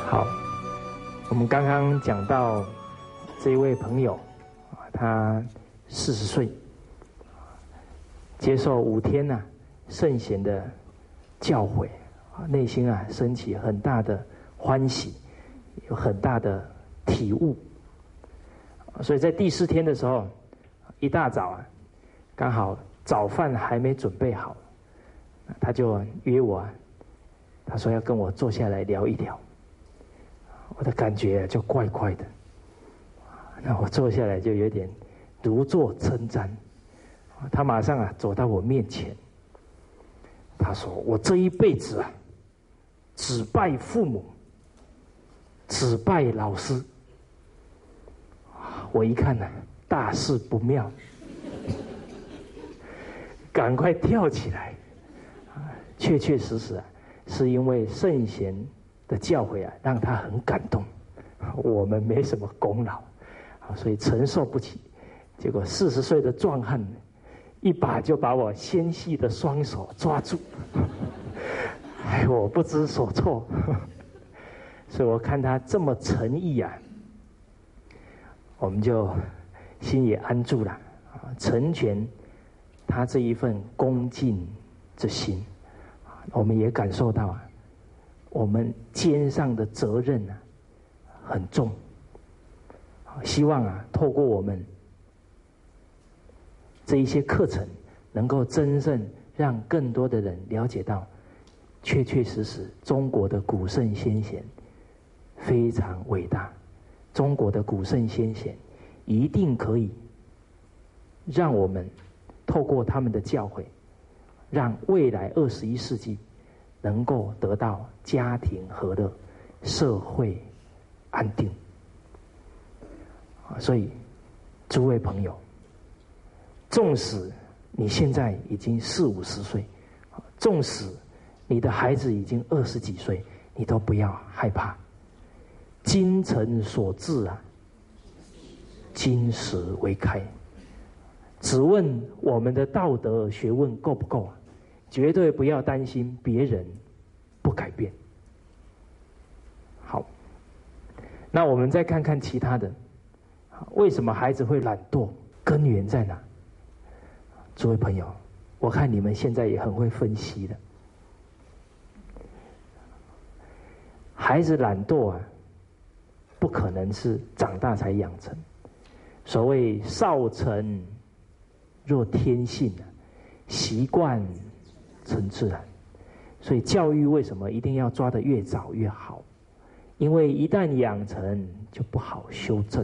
好，我们刚刚讲到这一位朋友，他40岁，接受5天圣贤的教诲，内心升起很大的欢喜，有很大的体悟。所以在第4天的时候，一大早刚好早饭还没准备好，他就约我，他说要跟我坐下来聊一聊。我的感觉就怪怪的，那我坐下来就有点如坐针毡。他马上走到我面前，他说：“我这一辈子只拜父母，只拜老师。”我一看大事不妙，赶快跳起来。确确实实是因为圣贤的教诲让他很感动，我们没什么功劳，所以承受不起。结果40岁的壮汉一把就把我纤细的双手抓住，我不知所措。所以我看他这么诚意我们就心也安住了，成全他这一份恭敬之心。我们也感受到我们肩上的责任很重，希望透过我们这一些课程，能够真正让更多的人了解到，确确实实中国的古圣先贤非常伟大，中国的古圣先贤一定可以让我们透过他们的教诲，让未来21世纪能够得到家庭和乐、社会安定。所以诸位朋友，纵使你现在已经40、50岁，纵使你的孩子已经20几岁，你都不要害怕。精诚所至金石为开。只问我们的道德学问够不够，绝对不要担心别人不改变。好，那我们再看看其他的，为什么孩子会懒惰？根源在哪？诸位朋友，我看你们现在也很会分析的。孩子懒惰不可能是长大才养成。所谓少成若天性，习惯成自然。所以教育为什么一定要抓得越早越好？因为一旦养成就不好修正。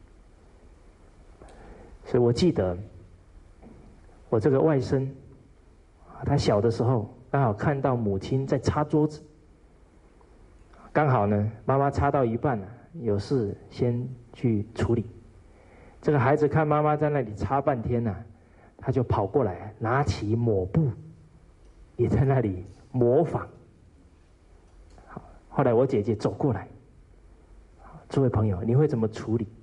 所以我记得我这个外甥，他小的时候刚好看到母亲在擦桌子，刚好呢妈妈擦到一半有事先去处理。这个孩子看妈妈在那里擦半天他就跑过来拿起抹布，也在那里模仿。后来我姐姐走过来，诸位朋友，你会怎么处理？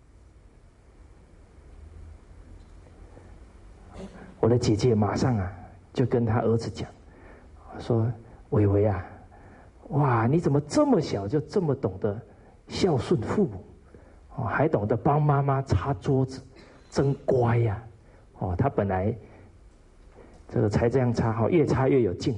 我的姐姐马上就跟他儿子讲，说：“伟伟哇，你怎么这么小就这么懂得孝顺父母？还懂得帮妈妈擦桌子，真乖呀！他本来这个才这样擦，越擦越有劲。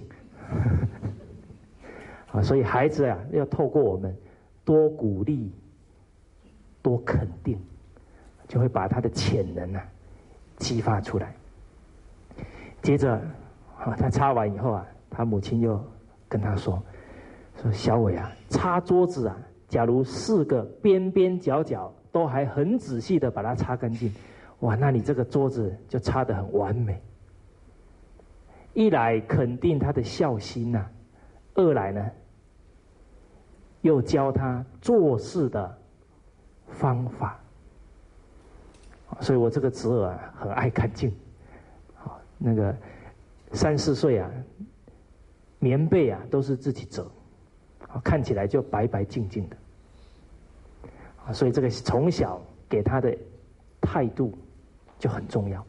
所以孩子要透过我们多鼓励、多肯定，就会把他的潜能激发出来。接着他擦完以后他母亲又跟他说小伟擦桌子假如4个边边角角都还很仔细的把它擦干净，哇，那你这个桌子就擦得很完美。一来肯定他的孝心二来呢又教他做事的方法。所以我这个侄儿很爱干净，那个3、4岁棉被都是自己折，看起来就白白净净的。所以这个从小给他的态度就很重要。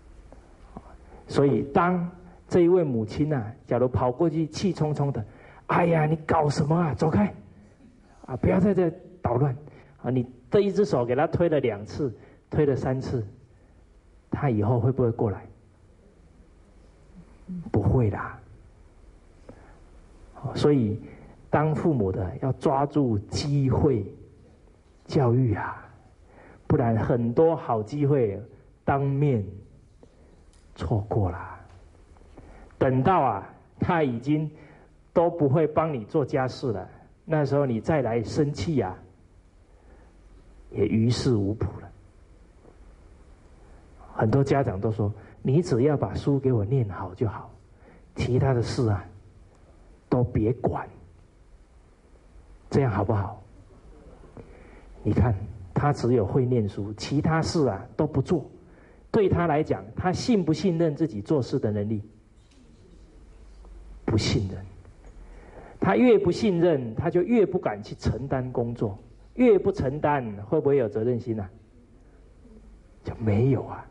所以当这一位母亲假如跑过去气冲冲的哎呀，你搞什么啊？走开！啊，不要在这捣乱！啊，你这一只手给他推了2次，推了3次，他以后会不会过来？不会啦。所以，当父母的要抓住机会教育啊，不然很多好机会当面错过了。等到啊，他已经都不会帮你做家事了，那时候你再来生气啊，也于事无补了。很多家长都说：“你只要把书给我念好就好，其他的事啊，都别管。”这样好不好？你看，他只有会念书，其他事啊都不做。对他来讲，他信不信任自己做事的能力？不信任。他越不信任，他就越不敢去承担工作。越不承担，会不会有责任心啊？就没有啊。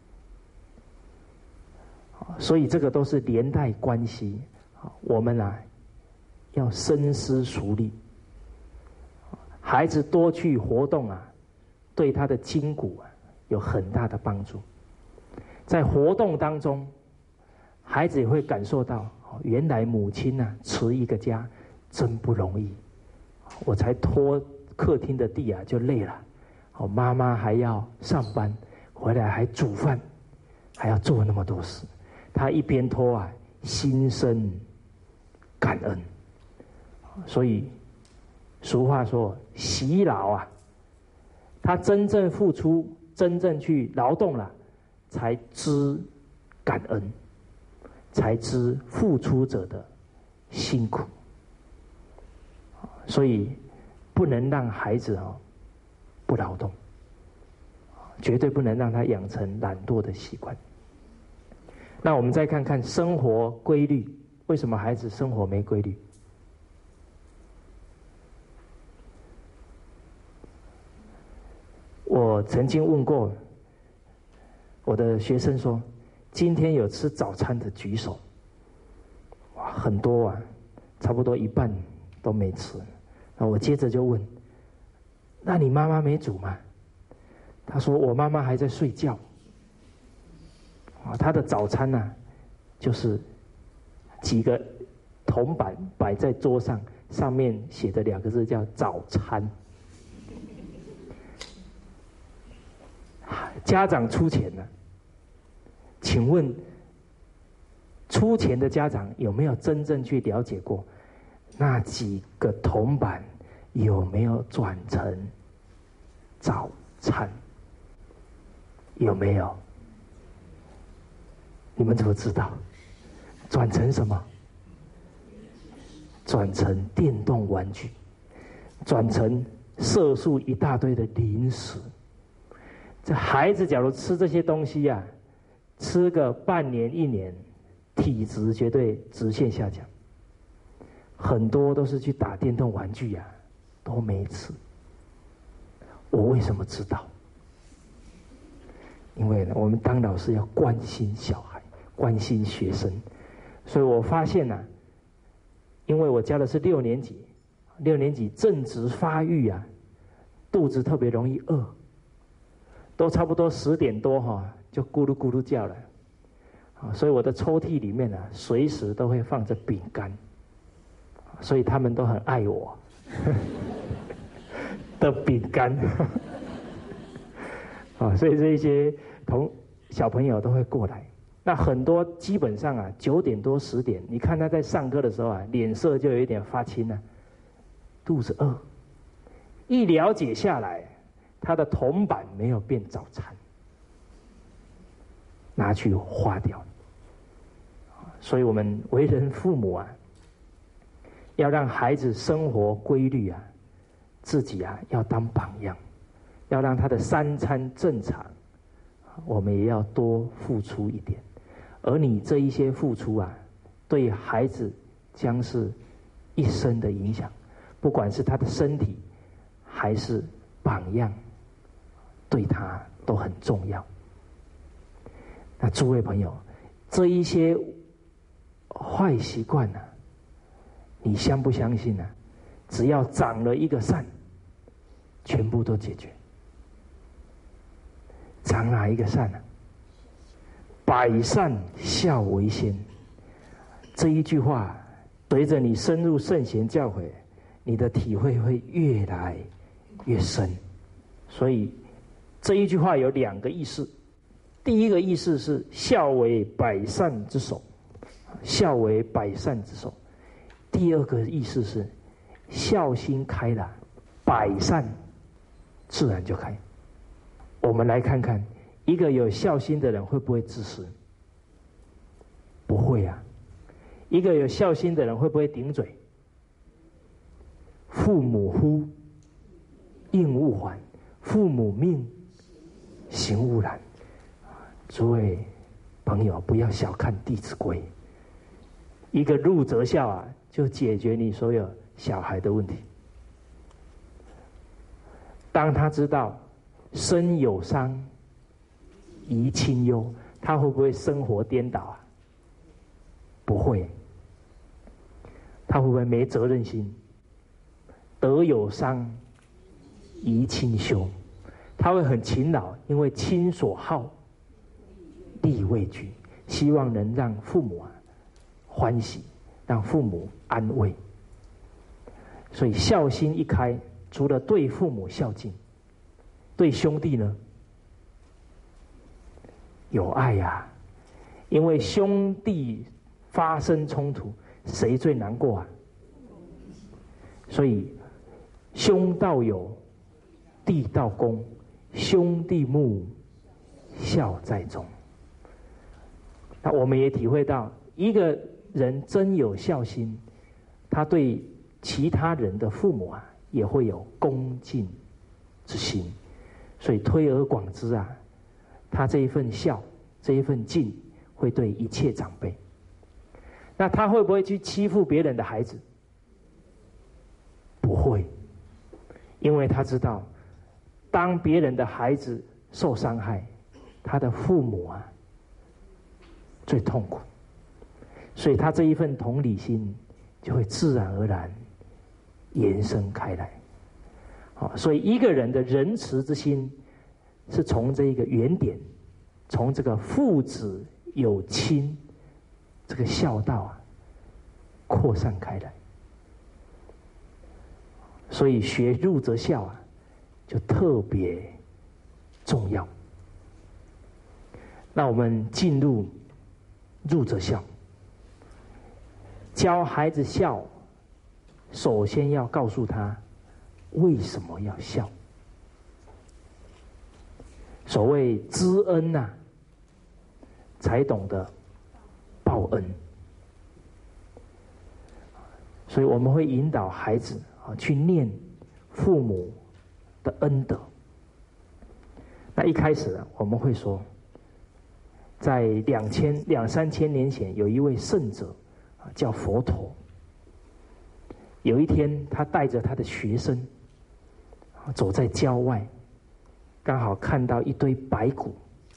所以这个都是连带关系。我们啊，要深思熟虑。孩子多去活动啊，对他的筋骨啊有很大的帮助。在活动当中，孩子也会感受到，原来母亲啊持一个家真不容易。我才拖客厅的地啊就累了，妈妈还要上班，回来还煮饭，还要做那么多事。他一边拖啊，心生感恩。所以俗话说，习劳啊，他真正付出，真正去劳动了，才知感恩，才知付出者的辛苦。所以不能让孩子不劳动，绝对不能让他养成懒惰的习惯。那我们再看看生活规律，为什么孩子生活没规律？我曾经问过我的学生说，今天有吃早餐的举手。哇，很多啊，差不多一半都没吃。那我接着就问，那你妈妈没煮吗？他说我妈妈还在睡觉。他的早餐呢，就是几个铜板摆在桌上，上面写的2个字叫早餐。家长出钱了，请问出钱的家长有没有真正去了解过那几个铜板有没有转成早餐？有没有？你们怎么知道？转成什么？转成电动玩具，转成色素一大堆的零食。这孩子假如吃这些东西啊，吃个半年1年，体质绝对直线下降。很多都是去打电动玩具啊，都没吃。我为什么知道？因为呢，我们当老师要关心小孩，关心学生，所以我发现啊，因为我教的是6年级，6年级正值发育啊，肚子特别容易饿，都差不多10点多就咕噜咕噜叫了，所以我的抽屉里面啊，随时都会放着饼干，所以他们都很爱我的饼干。所以这一些小朋友都会过来。那很多基本上啊，9点多10点，你看他在上课的时候啊，脸色就有一点发青了，肚子饿。一了解下来，他的铜板没有变早餐，拿去花掉。所以我们为人父母啊，要让孩子生活规律啊，自己啊要当榜样。要让他的3餐正常，我们也要多付出一点。而你这一些付出啊，对孩子将是一生的影响，不管是他的身体还是榜样，对他都很重要。那诸位朋友，这一些坏习惯呢， 你相不相信呢？只要长了一个善，全部都解决。长哪一个善呢？百善孝为先。这一句话，随着你深入圣贤教诲，你的体会会越来越深。所以这一句话有2个意思。第一个意思是孝为百善之首，孝为百善之首。第二个意思是孝心开了，百善自然就开。我们来看看，一个有孝心的人会不会自私？不会啊。一个有孝心的人会不会顶嘴？父母呼，应勿缓；父母命，行勿懒。诸位朋友，不要小看《弟子规》，一个入则孝啊，就解决你所有小孩的问题。当他知道身有伤，贻亲忧，他会不会生活颠倒啊？不会。他会不会没责任心？德有伤，贻亲羞。他会很勤劳，因为亲所好，力为具，希望能让父母欢喜，让父母安慰。所以孝心一开，除了对父母孝敬，对兄弟呢有爱呀。因为兄弟发生冲突，谁最难过啊？所以兄道友，弟道恭，兄弟睦，孝在中。那我们也体会到，一个人真有孝心，他对其他人的父母也会有恭敬之心。所以推而广之他这一份孝，这一份敬，会对一切长辈。那他会不会去欺负别人的孩子？不会，因为他知道，当别人的孩子受伤害，他的父母最痛苦，所以他这一份同理心就会自然而然延伸开来。所以一个人的仁慈之心，是从这个原点，从这个父子有亲这个孝道扩散开来。所以学入则孝就特别重要。那我们进入入则孝，教孩子孝，首先要告诉他为什么要孝。所谓知恩才懂得报恩。所以我们会引导孩子去念父母的恩德。那一开始我们会说，在2、3千年前，有一位圣者叫佛陀。有一天，他带着他的学生走在郊外，刚好看到一堆白骨。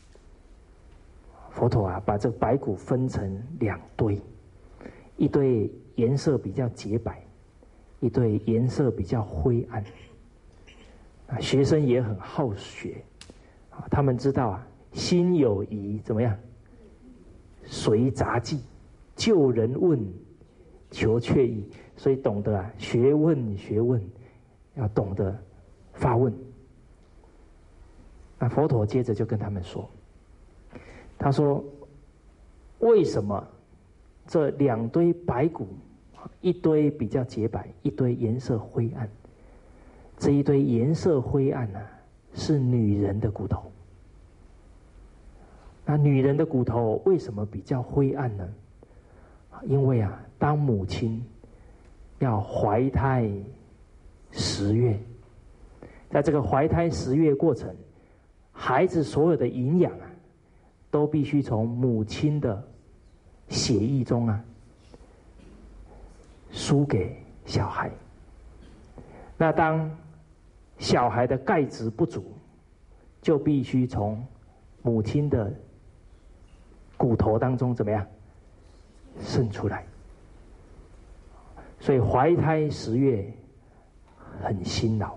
佛陀把这白骨分成2堆，一堆颜色比较洁白，一堆颜色比较灰暗。学生也很好学，他们知道心有疑怎么样？随杂记，救人问，求确意。所以懂得学问，要懂得发问。那佛陀接着就跟他们说，他说：为什么这2堆白骨，一堆比较洁白，一堆颜色灰暗？这一堆颜色灰暗是女人的骨头。那女人的骨头为什么比较灰暗呢？因为当母亲要怀胎10月，在这个怀胎10月过程，孩子所有的营养都必须从母亲的血液中输给小孩。那当小孩的钙质不足，就必须从母亲的骨头当中怎么样渗出来。 所以怀胎10月很辛劳。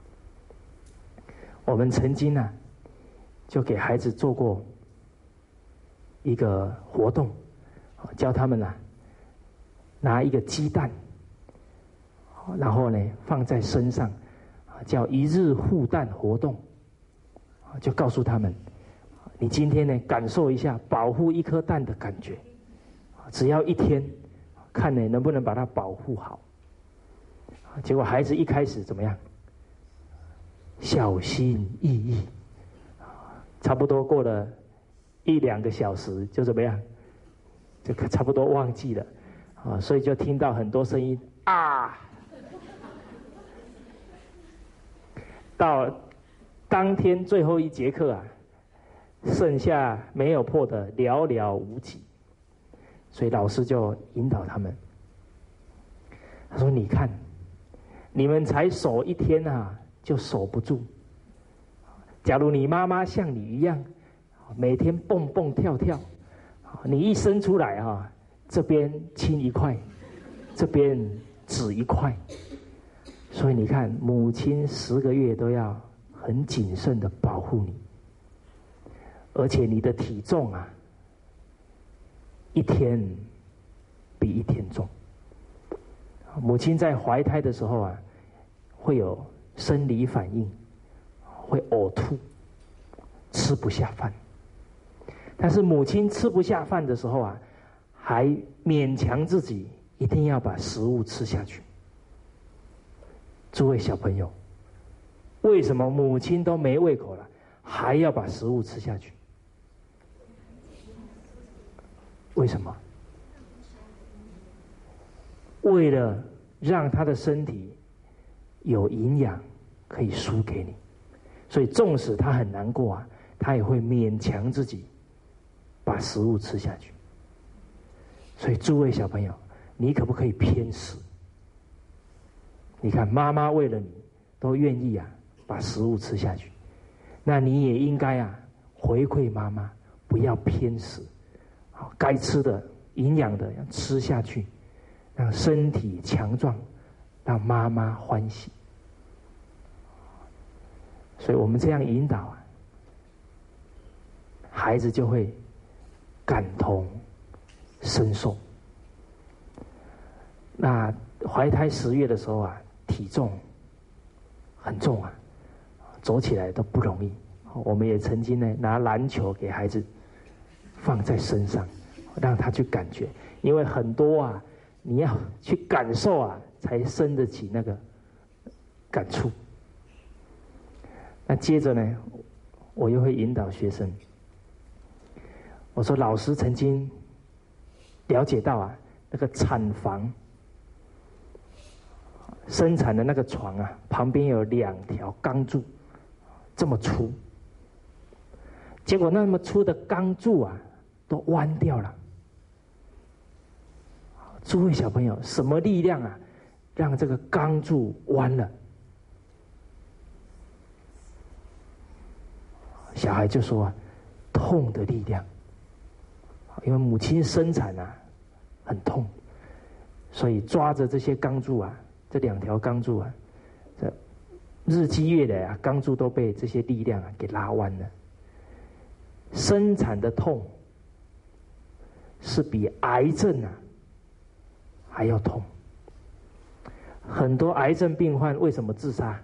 我们曾经啊，就给孩子做过一个活动，教他们啊拿一个鸡蛋，然后呢放在身上，叫1日护蛋活动，就告诉他们，你今天呢感受一下保护一颗蛋的感觉，只要1天，看你能不能把它保护好。结果孩子一开始怎么样？小心翼翼，差不多过了1、2个小时就怎么样？就差不多忘记了啊，所以就听到很多声音啊。到当天最后1节课啊，剩下没有破的寥寥无几，所以老师就引导他们，他说：“你看，你们才守1天啊，就守不住。假如你妈妈像你一样，每天蹦蹦跳跳，你一生出来啊，这边青1块，这边紫1块，所以你看，母亲10个月都要很谨慎的保护你，而且你的体重啊，1天比1天重。母亲在怀胎的时候啊，会有生理反应，会呕吐，吃不下饭。但是母亲吃不下饭的时候啊，还勉强自己一定要把食物吃下去。诸位小朋友，为什么母亲都没胃口了，还要把食物吃下去？为什么？为了让他的身体有营养可以输给你，所以纵使他很难过啊，他也会勉强自己把食物吃下去。所以诸位小朋友，你可不可以偏食？你看妈妈为了你都愿意啊把食物吃下去，那你也应该啊回馈妈妈，不要偏食，好，该吃的营养的要吃下去，让身体强壮，让妈妈欢喜。所以我们这样引导啊，孩子就会感同身受。那怀胎10月的时候啊，体重很重啊，走起来都不容易。我们也曾经呢拿篮球给孩子放在身上，让他去感觉，因为很多啊你要去感受啊，才生得起那个感触。那接着呢，我又会引导学生，我说老师曾经了解到啊，那个产房生产的那个床啊，旁边有2条钢柱，这么粗，结果那么粗的钢柱啊，都弯掉了。诸位小朋友，什么力量啊，让这个钢柱弯了？小孩就说啊，痛的力量，因为母亲生产啊很痛，所以抓着这些钢柱啊，这2条钢柱啊，这日积月累啊，钢柱都被这些力量啊给拉弯了。生产的痛是比癌症啊还要痛。很多癌症病患为什么自杀？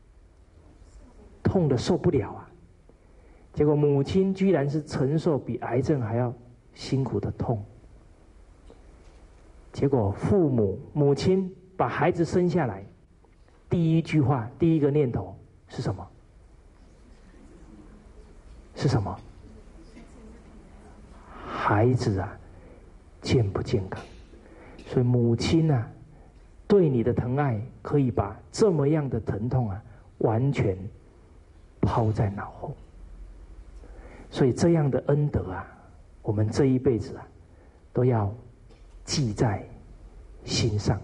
痛得受不了啊！结果母亲居然是承受比癌症还要辛苦的痛。结果母亲把孩子生下来，第一句话，第一个念头是什么？是什么？孩子啊，健不健康？所以母亲啊，对你的疼爱可以把这么样的疼痛啊，完全抛在脑后。所以这样的恩德啊，我们这一辈子啊，都要记在心上。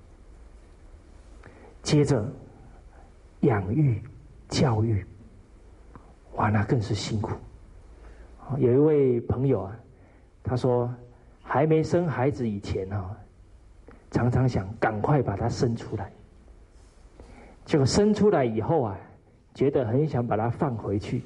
接着养育教育，哇，那更是辛苦。有一位朋友啊，他说还没生孩子以前啊， 常常想赶快把它生出来。结果生出来以后啊，觉得很想把它放回去。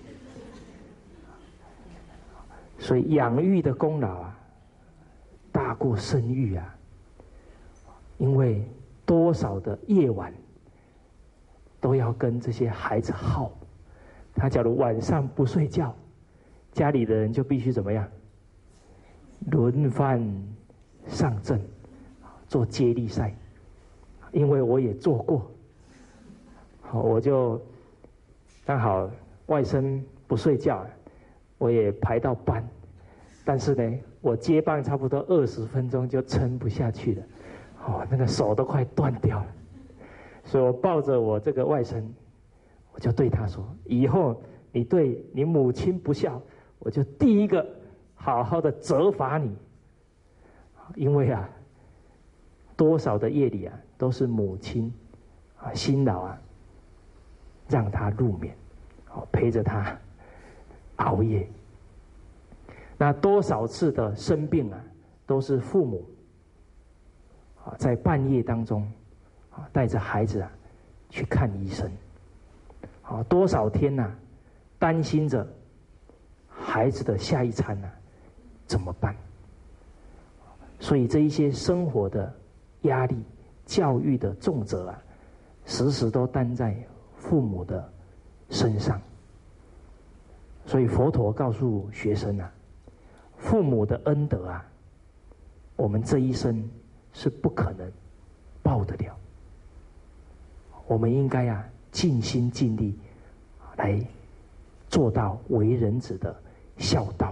所以养育的功劳啊，大过生育啊。因为多少的夜晚都要跟这些孩子耗，他假如晚上不睡觉，家里的人就必须怎么样？轮番上阵，做接力赛。因为我也做过，我就刚好外甥不睡觉，我也排到班，但是呢，我接棒差不多20分钟就撑不下去了。那个手都快断掉了，所以我抱着我这个外甥，我就对他说：“以后你对你母亲不孝，我就第一个好好的责罚你。因为啊，多少的夜里啊，都是母亲啊辛劳啊，让他入眠，陪着他熬夜。那多少次的生病啊，都是父母。”在半夜当中，带着孩子去看医生，多少天担心着孩子的下一餐怎么办？所以这一些生活的压力、教育的重责时时都担在父母的身上。所以佛陀告诉学生父母的恩德我们这一生是不可能报得了。我们应该尽心尽力来做到为人子的孝道。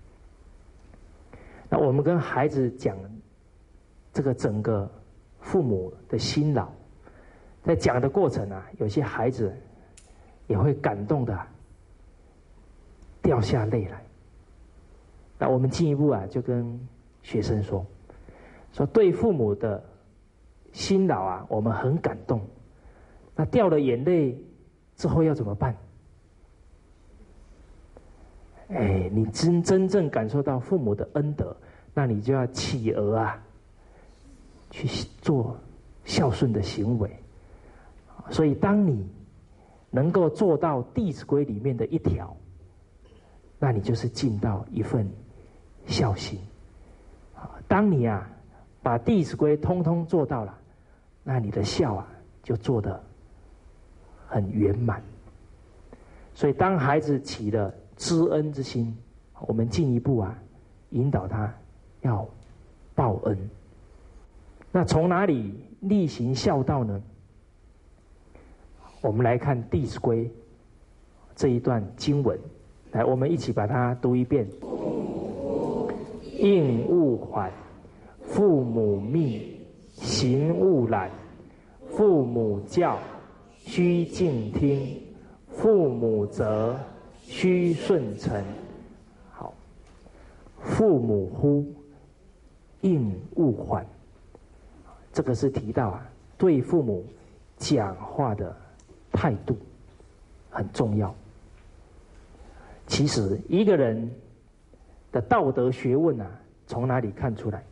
那我们跟孩子讲这个整个父母的辛劳，在讲的过程有些孩子也会感动的掉下泪来。那我们进一步就跟学生说对父母的辛劳我们很感动。那掉了眼泪之后要怎么办？你真正感受到父母的恩德，那你就要企鹅去做孝顺的行为。所以当你能够做到《弟子规》里面的一条，那你就是尽到一份孝心。当你把《弟子规》通通做到了，那你的孝就做得很圆满。所以当孩子起了知恩之心，我们进一步引导他要报恩。那从哪里力行孝道呢？我们来看《弟子规》这一段经文，来，我们一起把它读一遍。应勿缓，父母命，行勿懒。父母教，须敬听；父母责，须顺承。好，父母呼，应勿缓。这个是提到对父母讲话的态度很重要。其实一个人的道德学问从哪里看出来？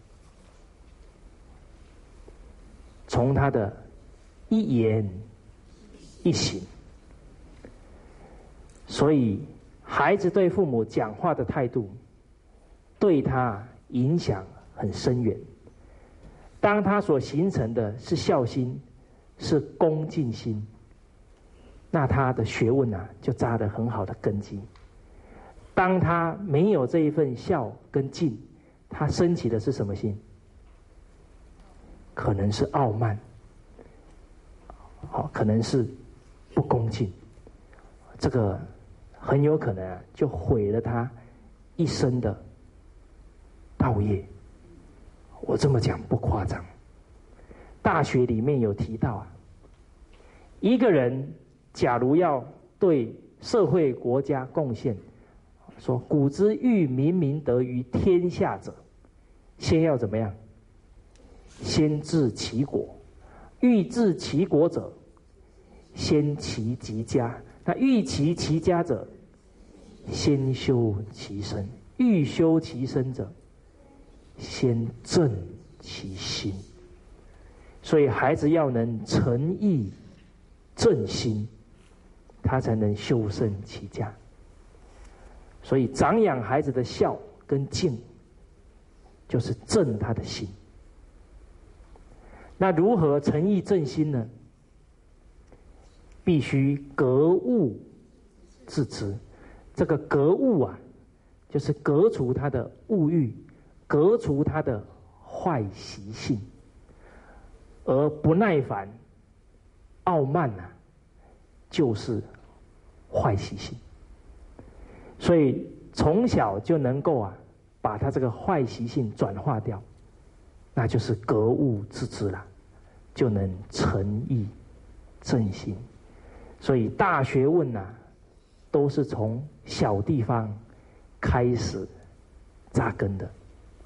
从他的一言一行。所以孩子对父母讲话的态度，对他影响很深远。当他所形成的是孝心，是恭敬心，那他的学问就扎得很好的根基。当他没有这一份孝跟敬，他升起的是什么心？可能是傲慢，可能是不恭敬。这个很有可能就毁了他一生的道业。我这么讲不夸张。大学里面有提到一个人假如要对社会国家贡献，说古之欲明明德于天下者，先要怎么样？先治其国。欲治其国者，先齐其家。那欲齐其家者，先修其身。欲修其身者，先正其心。 所以孩子要能诚意正心，他才能修身齐家。所以长养孩子的孝跟敬，就是正他的心。那如何诚意正心呢？必须格物致知。这个格物啊，就是革除他的物欲，革除他的坏习性。而不耐烦、傲慢啊，就是坏习性。所以从小就能够啊，把他这个坏习性转化掉，那就是格物致知了，就能诚意正心。所以大学问啊，都是从小地方开始扎根的。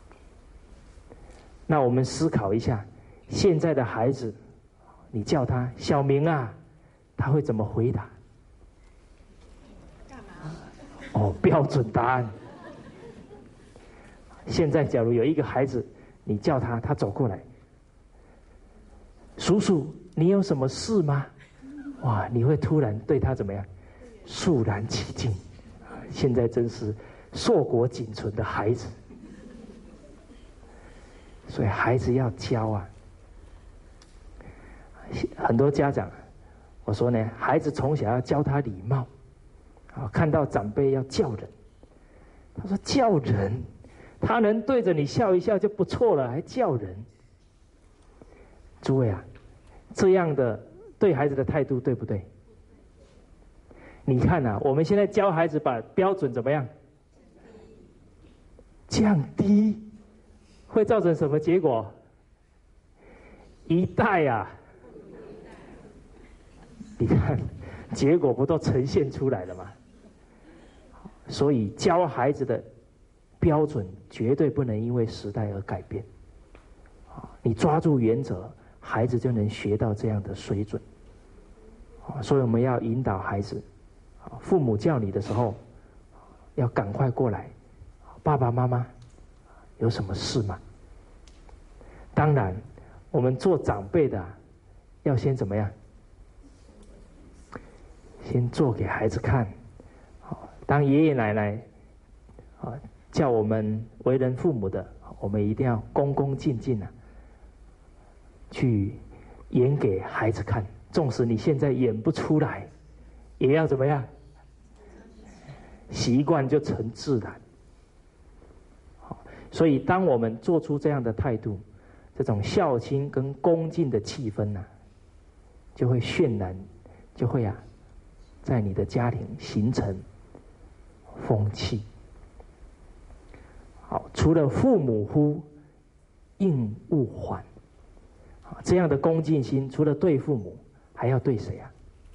那我们思考一下，现在的孩子，你叫他小明啊，他会怎么回答？哦，标准答案。现在假如有一个孩子，你叫他，他走过来，叔叔，你有什么事吗？哇，你会突然对他怎么样？肃然起敬。现在真是硕果仅存的孩子。所以孩子要教啊。很多家长，我说呢，孩子从小要教他礼貌。看到长辈要叫人，他说叫人，他能对着你笑一笑就不错了，还叫人。诸位啊，这样的对孩子的态度对不对？你看啊，我们现在教孩子把标准怎么样降低，会造成什么结果？一代啊，你看结果不都呈现出来了吗？所以教孩子的标准绝对不能因为时代而改变。你抓住原则，孩子就能学到这样的水准。所以我们要引导孩子，父母叫你的时候，要赶快过来。爸爸妈妈，有什么事吗？当然，我们做长辈的，要先怎么样？先做给孩子看。当爷爷奶奶叫我们为人父母的，我们一定要恭恭敬敬啊，去演给孩子看。纵使你现在演不出来，也要怎么样？习惯就成自然。所以当我们做出这样的态度，这种孝亲跟恭敬的气氛啊，就会渲染，就会啊，在你的家庭形成风气。好，除了父母呼，应勿缓。这样的恭敬心，除了对父母，还要对谁啊？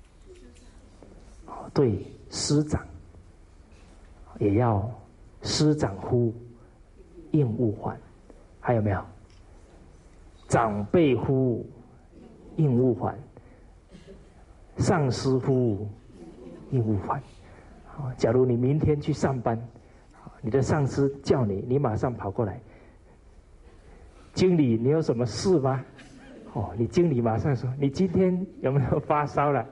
对师长，也要师长呼，应勿缓。还有没有？长辈呼，应勿缓；上司呼，应勿缓。假如你明天去上班，你的上司叫你，你马上跑过来。经理，你有什么事吗？你经理马上说，你今天有没有发烧了？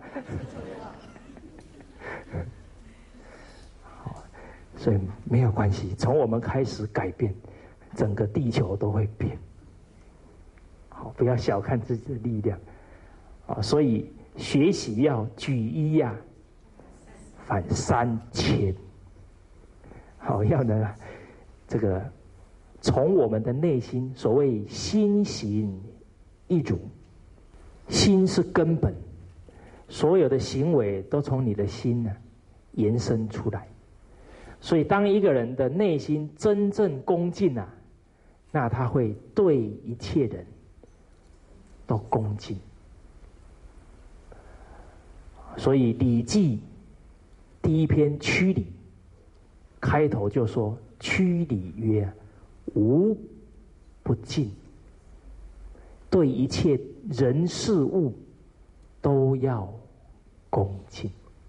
所以没有关系，从我们开始改变，整个地球都会变。好，不要小看自己的力量。所以学习要举一呀，反3000。好，要呢，这个从我们的内心，所谓心行一如，心是根本，所有的行为都从你的心呢延伸出来。所以当一个人的内心真正恭敬啊，那他会对一切人都恭敬。所以《礼记》第一篇《曲礼》开头就说：“曲礼曰，无不敬。”对一切人事物都要恭敬。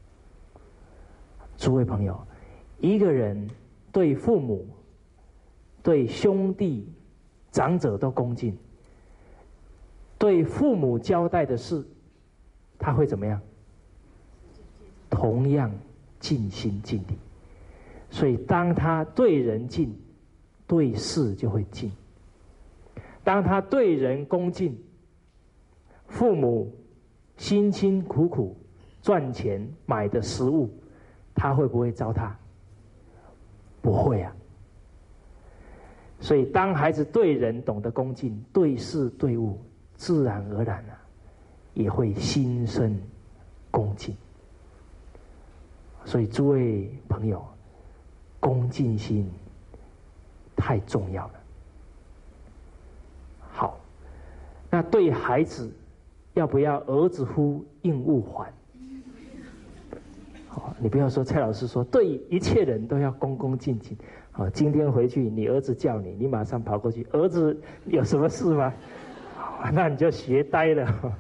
诸位朋友，一个人对父母、对兄弟、长者都恭敬， 对父母交代的事，他会怎么样？同样尽心尽力。所以当他对人敬，对事就会敬。当他对人恭敬，父母辛辛苦苦赚钱买的食物，他会不会糟蹋？不会啊。所以当孩子对人懂得恭敬，对事对物自然而然啊，也会心生恭敬。所以诸位朋友，恭敬心太重要了。好，那对孩子要不要儿子呼应勿缓？你不要说蔡老师说对一切人都要恭恭敬敬。今天回去你儿子叫你，你马上跑过去，儿子有什么事吗？那你就学呆了。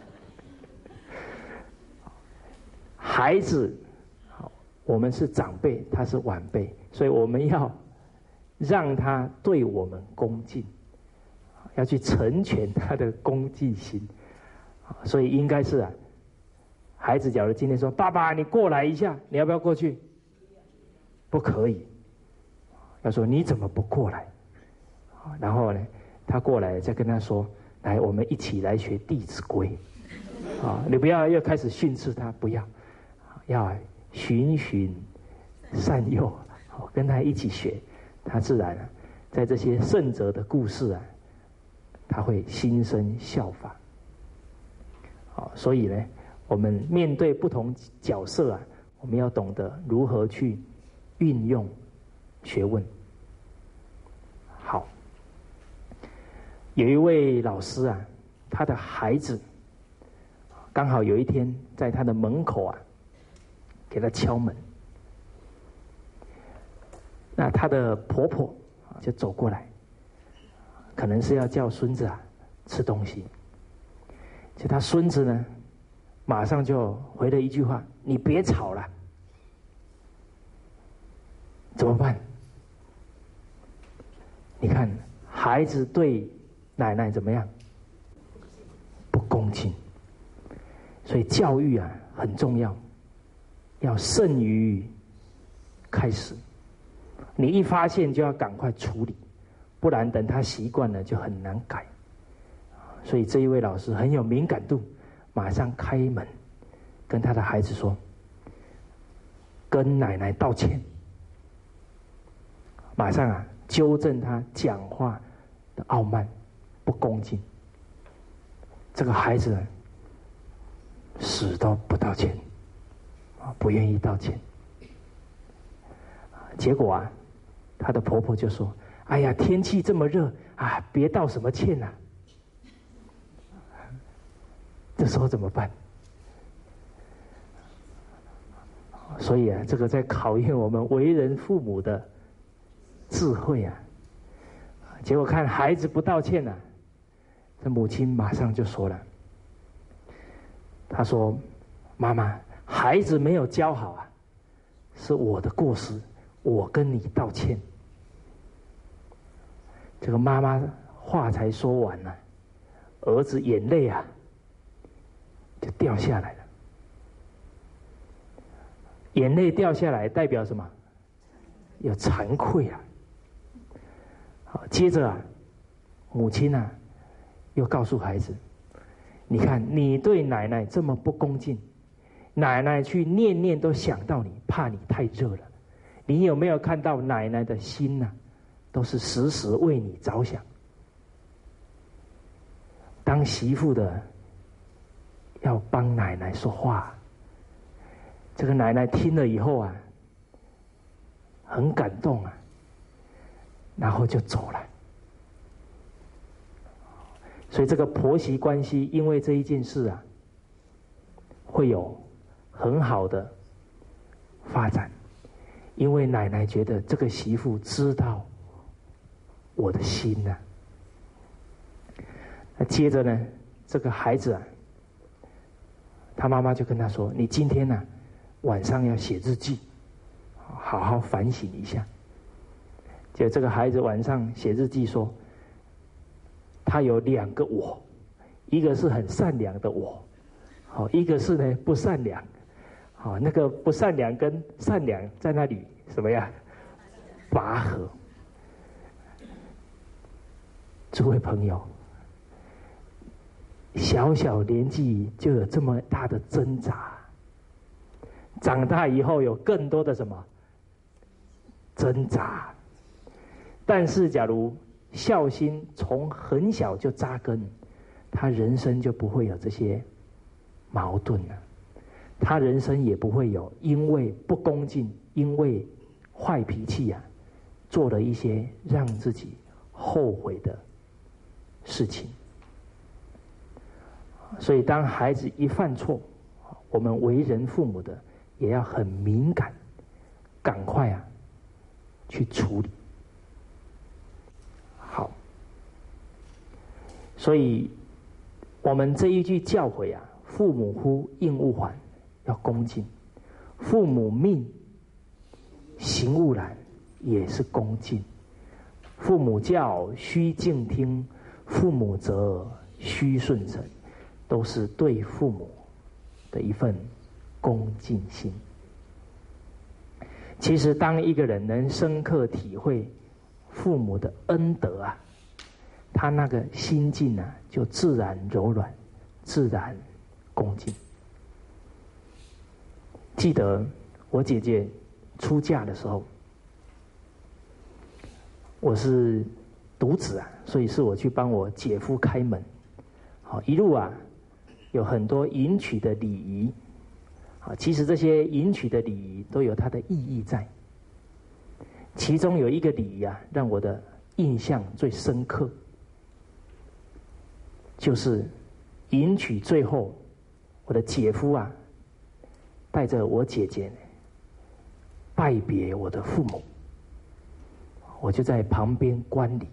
孩子，我们是长辈，他是晚辈，所以我们要让他对我们恭敬，要去成全他的恭敬心。所以应该是孩子假如今天说爸爸你过来一下，你要不要过去？不可以，要说你怎么不过来？然后呢，他过来再跟他说，来我们一起来学《弟子规》。你不要又开始训斥他，不要，要循循善诱，跟他一起学，他自然在这些圣哲的故事他会心生效法。所以呢，我们面对不同角色我们要懂得如何去运用学问。好，有一位老师他的孩子刚好有一天在他的门口给他敲门，那他的婆婆就走过来，可能是要叫孙子吃东西。就他孙子呢，马上就回了一句话：“你别吵了。”怎么办？你看孩子对奶奶怎么样？不恭敬。所以教育很重要，要慎于开始。你一发现就要赶快处理，不然等他习惯了就很难改。所以这一位老师很有敏感度，马上开门跟他的孩子说：“跟奶奶道歉。”马上纠正他讲话的傲慢、不恭敬。这个孩子死都不道歉，不愿意道歉。结果他的婆婆就说：“哎呀，天气这么热别道什么歉啊。”这时候怎么办？所以这个在考验我们为人父母的智慧结果看孩子不道歉这母亲马上就说了，她说：“妈妈，孩子没有教好是我的过失，我跟你道歉。”这个妈妈话才说完儿子眼泪就掉下来了。眼泪掉下来代表什么？有惭愧好，接着母亲又告诉孩子：“你看你对奶奶这么不恭敬，奶奶去念念都想到你，怕你太热了。你有没有看到奶奶的心都是时时为你着想。当媳妇的要帮奶奶说话，这个奶奶听了以后很感动然后就走了。所以这个婆媳关系因为这一件事会有很好的发展，因为奶奶觉得这个媳妇知道我的心那接着呢，这个孩子他妈妈就跟他说：“你今天晚上要写日记，好好反省一下。”结果这个孩子晚上写日记说，他有2个我， 一个是很善良的我，好，一个是呢不善良，好，那个不善良跟善良在那里什么呀？拔河。诸位朋友，小小年纪就有这么大的挣扎，长大以后有更多的什么挣扎。但是假如孝心从很小就扎根，他人生就不会有这些矛盾了，他人生也不会有因为不恭敬，因为坏脾气啊，做了一些让自己后悔的事情。所以当孩子一犯错，我们为人父母的也要很敏感，赶快啊去处理。好，所以我们这一句教诲啊，父母呼应勿缓，要恭敬；父母命行勿懒，也是恭敬；父母教须敬听，父母责须顺承，都是对父母的一份恭敬心。其实当一个人能深刻体会父母的恩德啊，他那个心境啊就自然柔软，自然恭敬。记得我姐姐出嫁的时候，我是独子啊，所以是我去帮我姐夫开门。好，一路啊有很多迎娶的礼仪。好，其实这些迎娶的礼仪都有它的意义在。其中有一个礼仪啊，让我的印象最深刻，就是迎娶最后，我的姐夫啊，带着我姐姐拜别我的父母，我就在旁边观礼。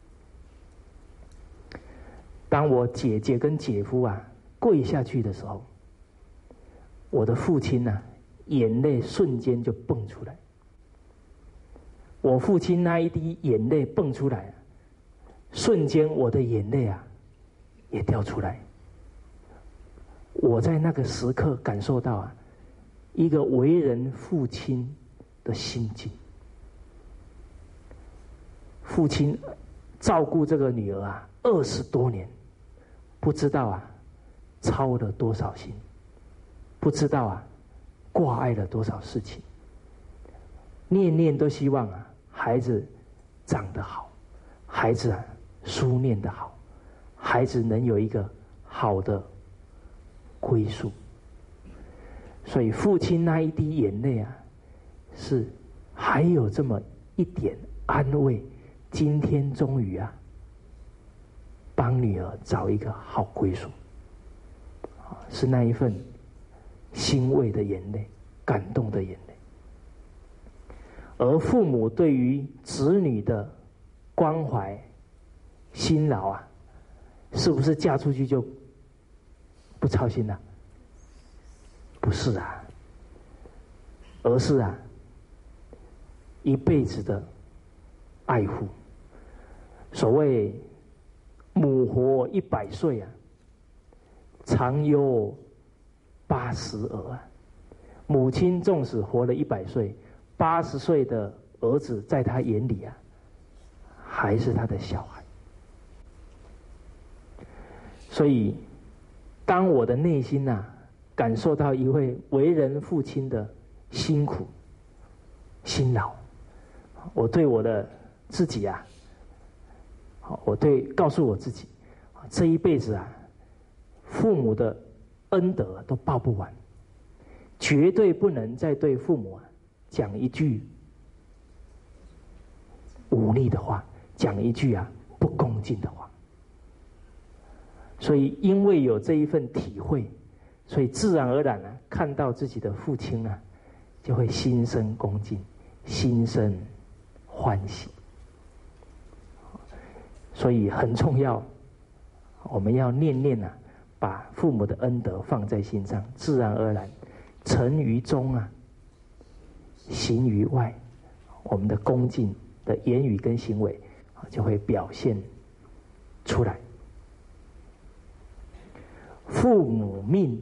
当我姐姐跟姐夫啊跪下去的时候，我的父亲啊眼泪瞬间就蹦出来。我父亲那一滴眼泪蹦出来，瞬间我的眼泪啊也掉出来。我在那个时刻感受到啊，一个为人父亲的心境。父亲照顾这个女儿啊20多年，不知道啊操了多少心，不知道啊挂碍了多少事情，念念都希望啊孩子长得好，孩子啊书念得好，孩子能有一个好的归宿。所以父亲那一滴眼泪啊，是还有这么一点安慰，今天终于啊帮女儿找一个好归宿，是那一份欣慰的眼泪，感动的眼泪。而父母对于子女的关怀辛劳啊，是不是嫁出去就不操心了？不是啊，而是啊一辈子的爱护。所谓母活100岁啊，常忧80儿啊。母亲纵使活了100岁，80岁的儿子在他眼里啊，还是他的小孩。所以，当我的内心啊感受到一位为人父亲的辛苦、辛劳，我对我的自己啊，我告诉我自己，这一辈子啊，父母的恩德都报不完，绝对不能再对父母啊讲一句忤逆的话，讲一句啊不恭敬的话。所以因为有这一份体会，所以自然而然啊，看到自己的父亲啊，就会心生恭敬，心生欢喜。所以很重要，我们要念念啊，把父母的恩德放在心上，自然而然，诚于中啊，行于外，我们的恭敬的言语跟行为就会表现出来。 父母命，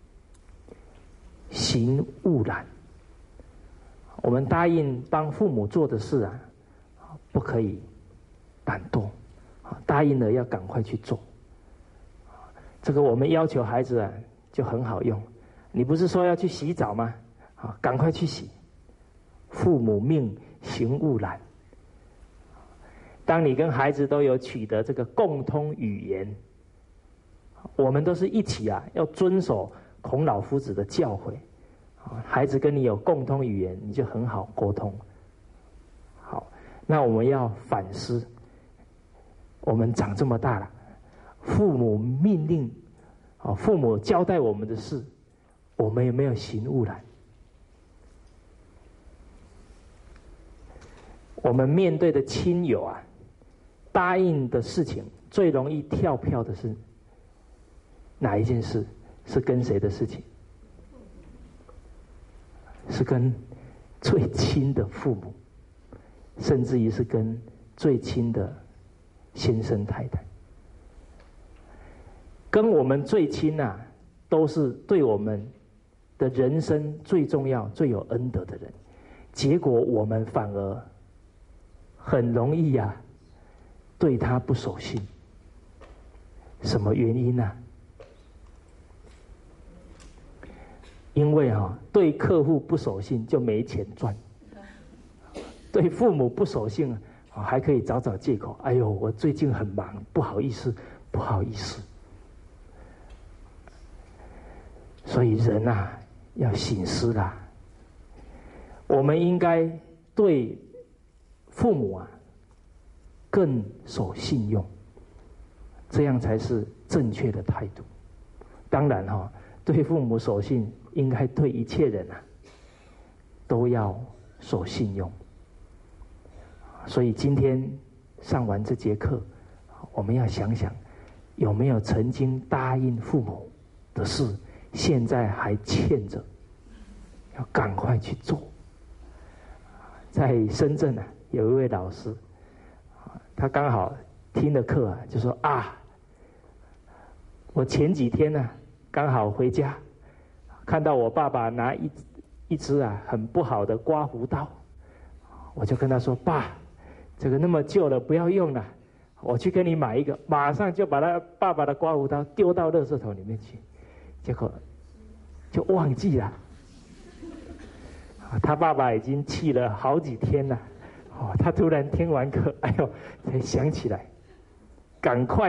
行勿懒。我们答应帮父母做的事啊，不可以懒惰，答应了要赶快去做。这个我们要求孩子啊，就很好用。你不是说要去洗澡吗？赶快去洗。父母命，行勿懒。当你跟孩子都有取得这个共通语言，我们都是一起啊，要遵守孔老夫子的教诲。孩子跟你有共通语言，你就很好沟通。好，那我们要反思，我们长这么大了，父母命令，父母交代我们的事，我们有没有行勿懒？我们面对的亲友啊，答应的事情最容易跳票的是哪一件事？是跟谁的事情？是跟最亲的父母，甚至于是跟最亲的先生太太。跟我们最亲啊，都是对我们的人生最重要、最有恩德的人。结果我们反而很容易啊，对他不守信。什么原因呢？因为对客户不守信就没钱赚，对父母不守信还可以找找借口。哎呦，我最近很忙，不好意思，不好意思。所以人啊，要省思啦。我们应该对父母啊更守信用，这样才是正确的态度。当然对父母守信，应该对一切人啊都要守信用。所以今天上完这节课，我们要想想有没有曾经答应父母的事，现在还欠着，要赶快去做。在深圳有一位老师，他刚好听了课就说我前几天刚好回家，看到我爸爸拿一支很不好的刮胡刀，我就跟他说：“爸，这个那么旧了，不要用了，我去跟你买一个。”马上就把他爸爸的刮胡刀丢到垃圾桶里面去，结果就忘记了。他爸爸已经气了好几天了。他突然听完课，才想起来，赶快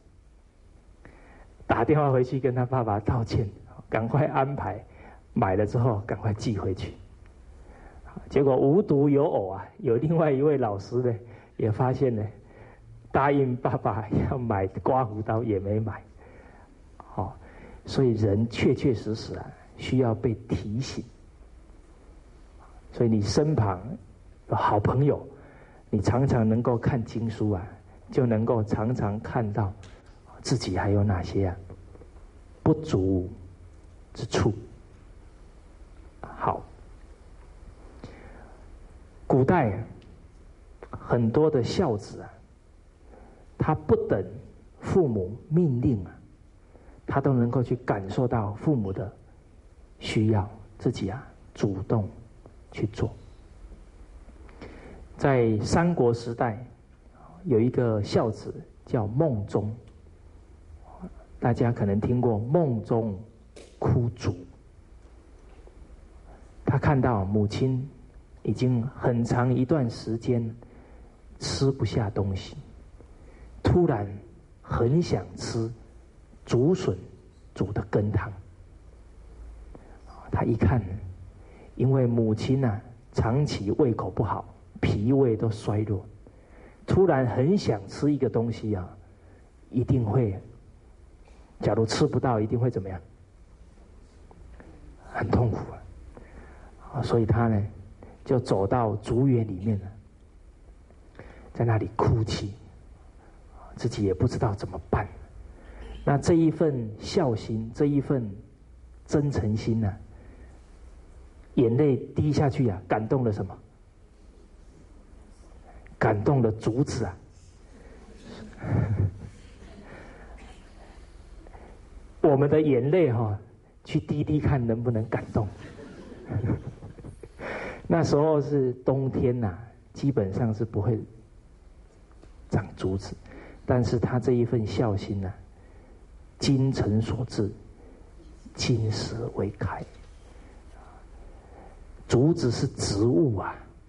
打电话回去跟他爸爸道歉，赶快安排，买了之后赶快寄回去。结果无独有偶有另外一位老师呢，也发现呢，答应爸爸要买刮胡刀也没买。所以人确确实实需要被提醒。所以你身旁有好朋友，你常常能够看经书就能够常常看到自己还有哪些不足之处。好，古代很多的孝子他不等父母命令他都能够去感受到父母的需要，自己主动去做。在三国时代，有一个孝子叫孟宗，大家可能听过孟宗哭竹。他看到母亲已经很长一段时间吃不下东西，突然很想吃竹笋煮的羹汤。他一看，因为母亲长期胃口不好，脾胃都衰弱，突然很想吃一个东西一定会，假如吃不到，一定会怎么样？很痛苦所以他呢，就走到竹园里面在那里哭泣，自己也不知道怎么办。那这一份孝心，这一份真诚心眼泪滴下去感动了什么？感动了竹子我我们的眼泪去滴滴看能不能感动。那时候是冬天基本上是不会长竹子，但是他这一份孝心精诚所至，金石为开。竹子是植物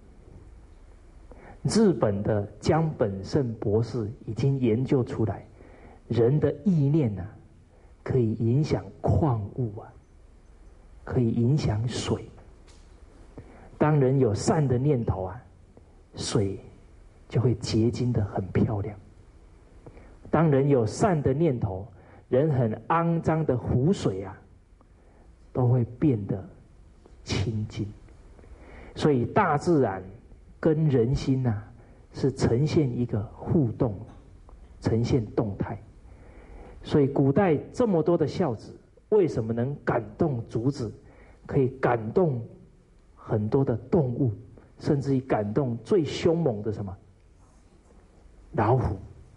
日本的江本胜博士已经研究出来，人的意念可以影响矿物可以影响水。当人有善的念头水就会结晶的很漂亮。当人有善的念头，人很肮脏的湖水都会变得清净。所以大自然跟人心是呈现一个互动，呈现动态。所以古代这么多的孝子，为什么能感动竹子，可以感动很多的动物，甚至于感动最凶猛的什么老虎，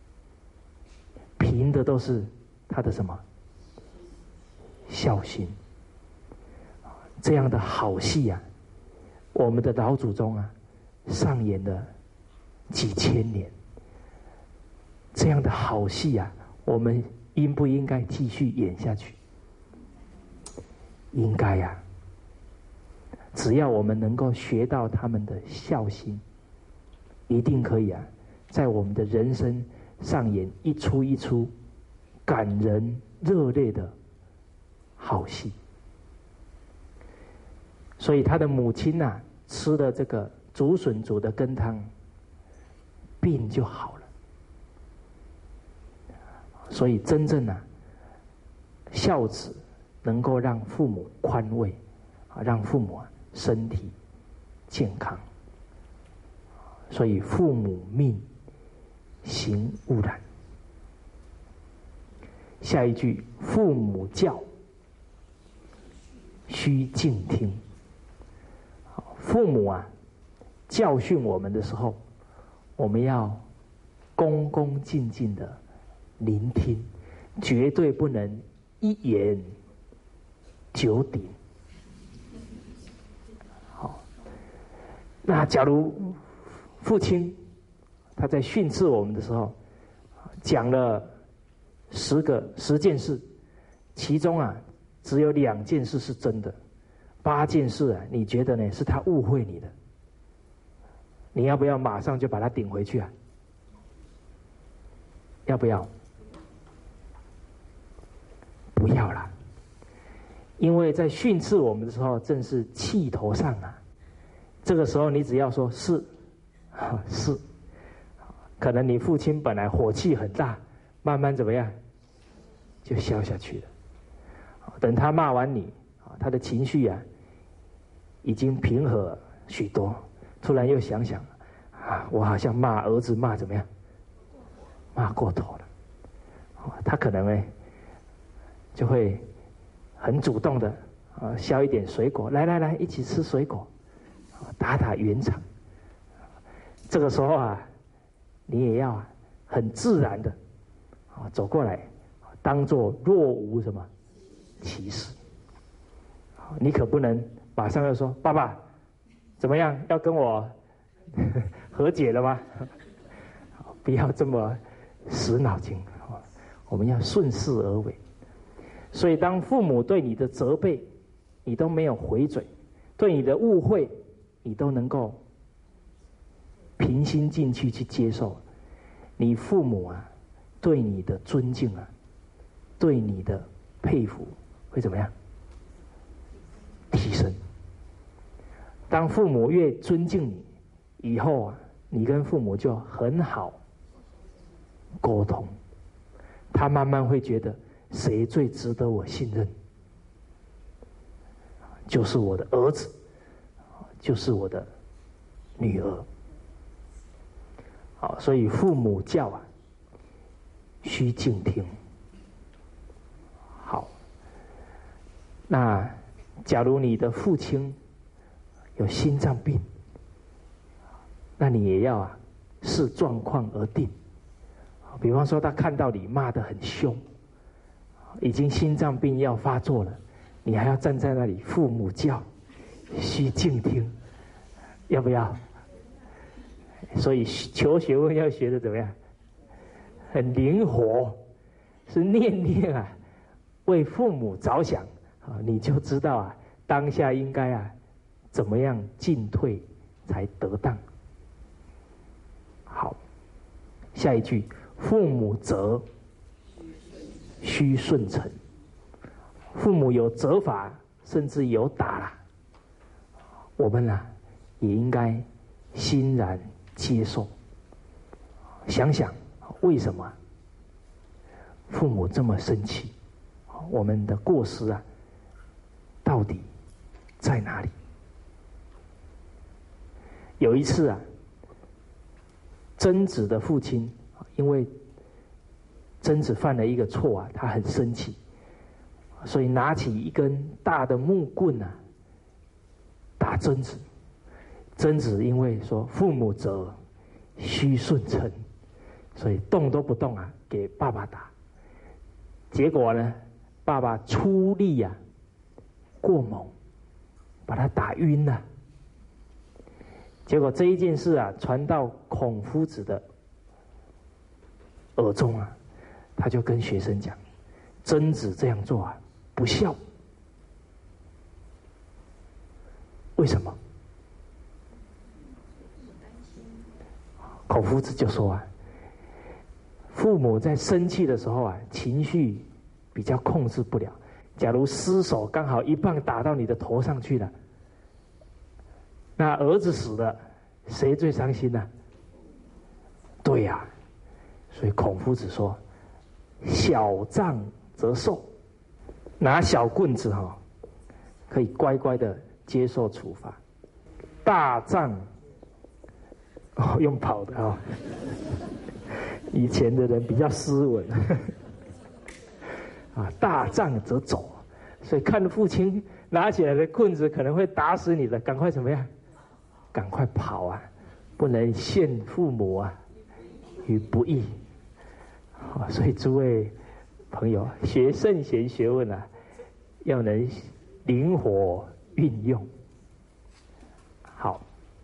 凭的都是他的什么孝心。这样的好戏我们的老祖宗上演了几千年。这样的好戏我们应不应该继续演下去？应该只要我们能够学到他们的孝心，一定可以在我们的人生上演一出一出感人热烈的好戏。所以他的母亲吃了这个竹笋煮的羹汤，病就好了。所以真正孝子能够让父母宽慰让父母身体健康。所以父母命，行勿懒。下一句，父母教，须敬听。父母教训我们的时候，我们要恭恭敬敬的聆听，绝对不能一言九鼎。好，那假如父亲他在训斥我们的时候，讲了10件事，其中只有2件事是真的，8件事你觉得呢？是他误会你的，你要不要马上就把他顶回去要不要？不要啦，因为在训斥我们的时候，正是气头上这个时候你只要说是，是，可能你父亲本来火气很大，慢慢怎么样，就消下去了。等他骂完你，他的情绪已经平和许多，突然又想想我好像骂儿子骂怎么样，骂过头了。他可能就会很主动的削一点水果，来一起吃水果，打圆场。这个时候你也要很自然的走过来，当作若无什么其事。你可不能马上就说爸爸怎么样，要跟我和解了吗？不要这么死脑筋，我们要顺势而为。所以当父母对你的责备你都没有回嘴，对你的误会你都能够平心静气去接受，你父母对你的尊敬对你的佩服会怎么样提升？当父母越尊敬你，以后你跟父母就很好沟通，他慢慢会觉得谁最值得我信任，就是我的儿子，就是我的女儿。好，所以父母教须敬听。好，那假如你的父亲有心脏病，那你也要视状况而定。比方说他看到你骂得很凶， 已经心脏病要发作了，你还要站在那里，父母教，须静听，要不要？所以求学问要学的怎么样？很灵活，是念念啊，为父母着想啊，你就知道啊，当下应该啊，怎么样进退才得当。好，下一句，父母责，须顺承。父母有责罚，甚至有打啦，我们啊也应该欣然接受。想想为什么父母这么生气？我们的过失啊，到底在哪里？有一次啊，贞子的父亲因为贞子犯了一个错啊，他很生气，所以拿起一根大的木棍啊，打贞子。贞子因为说父母责，须顺承，所以动都不动啊，给爸爸打。结果呢，爸爸出力啊过猛，把他打晕了。结果这一件事啊，传到孔夫子的耳中啊，他就跟学生讲：贞子这样做啊，不孝。为什么？孔夫子就说啊，父母在生气的时候啊，情绪比较控制不了。假如失手刚好一棒打到你的头上去了，那儿子死了，谁最伤心呢？对呀，所以孔夫子说：小杖则受，拿小棍子哈，可以乖乖的接受处罚；大杖用跑的啊，以前的人比较斯文啊，大杖则走。所以看父亲拿起来的棍子可能会打死你的，赶快怎么样？赶快跑啊！不能陷父母啊于不义。所以诸位朋友，学圣贤学问啊，要能灵活运用。好，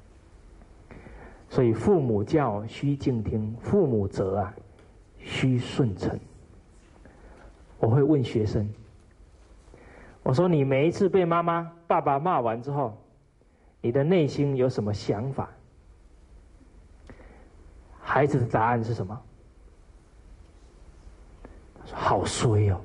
所以父母教须敬听，父母责啊须顺承。我会问学生，我说你每一次被妈妈、爸爸骂完之后，你的内心有什么想法？孩子的答案是什么？他说好衰哦，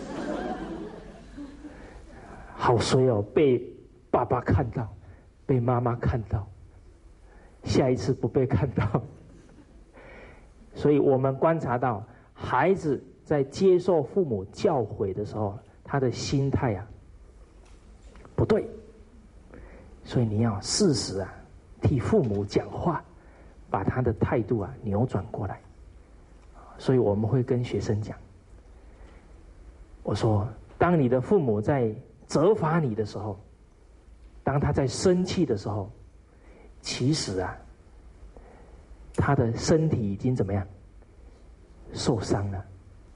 好衰哦，被爸爸看到，被妈妈看到，下一次不被看到。所以我们观察到，孩子在接受父母教诲的时候，他的心态啊不对，所以你要适时啊替父母讲话，把他的态度啊扭转过来。所以我们会跟学生讲，我说当你的父母在责罚你的时候，当他在生气的时候，其实啊他的身体已经怎么样受伤了。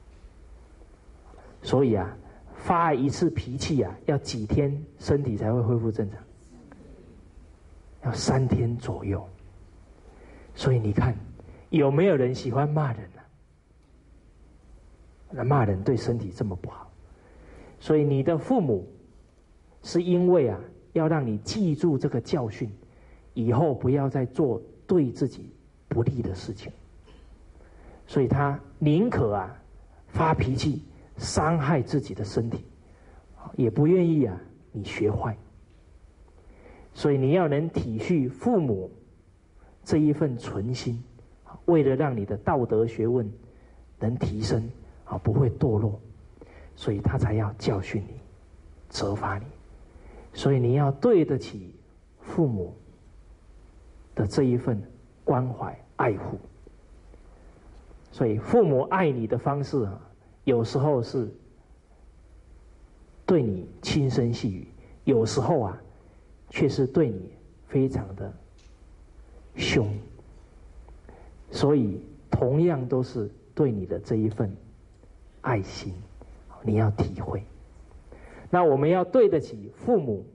所以啊发一次脾气啊要几天身体才会恢复正常？要3天左右。所以你看有没有人喜欢骂人啊？那骂人对身体这么不好。所以你的父母是因为啊要让你记住这个教训，以后不要再做对自己不利的事情。所以他宁可啊发脾气伤害自己的身体，也不愿意啊你学坏。所以你要能体恤父母这一份存心，为了让你的道德学问能提升，不会堕落，所以他才要教训你，责罚你。所以你要对得起父母的这一份关怀爱护。所以父母爱你的方式啊，有时候是对你轻声细语，有时候啊却是对你非常的凶。所以同样都是对你的这一份爱心， 你要体会。那我们要对得起父母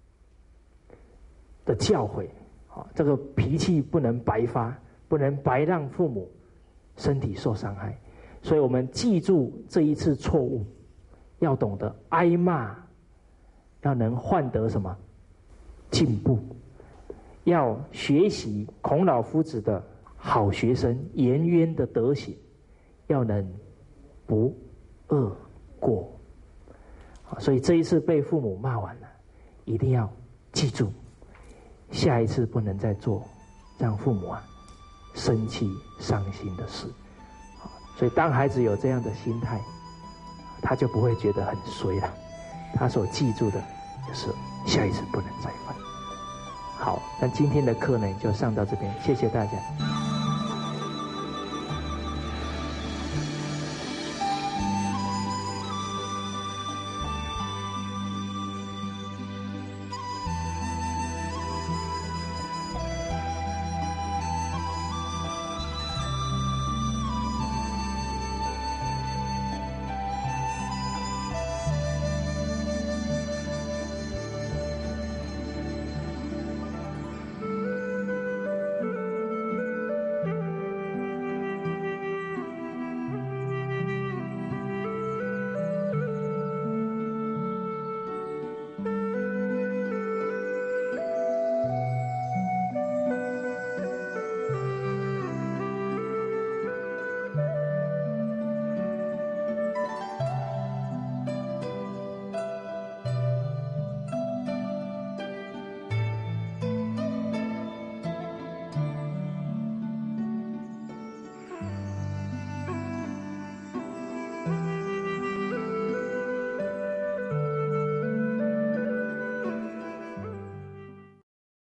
的教诲，这个脾气不能白发，不能白让父母身体受伤害。所以我们记住这一次错误，要懂得挨骂，要能换得什么进步，要学习孔老夫子的好学生颜渊的德行，要能不贰过。所以这一次被父母骂完了，一定要记住，下一次不能再做让父母生气伤心的事。所以当孩子有这样的心态，他就不会觉得很衰了。他所记住的就是下一次不能再犯。好，那今天的课呢就上到这边，谢谢大家。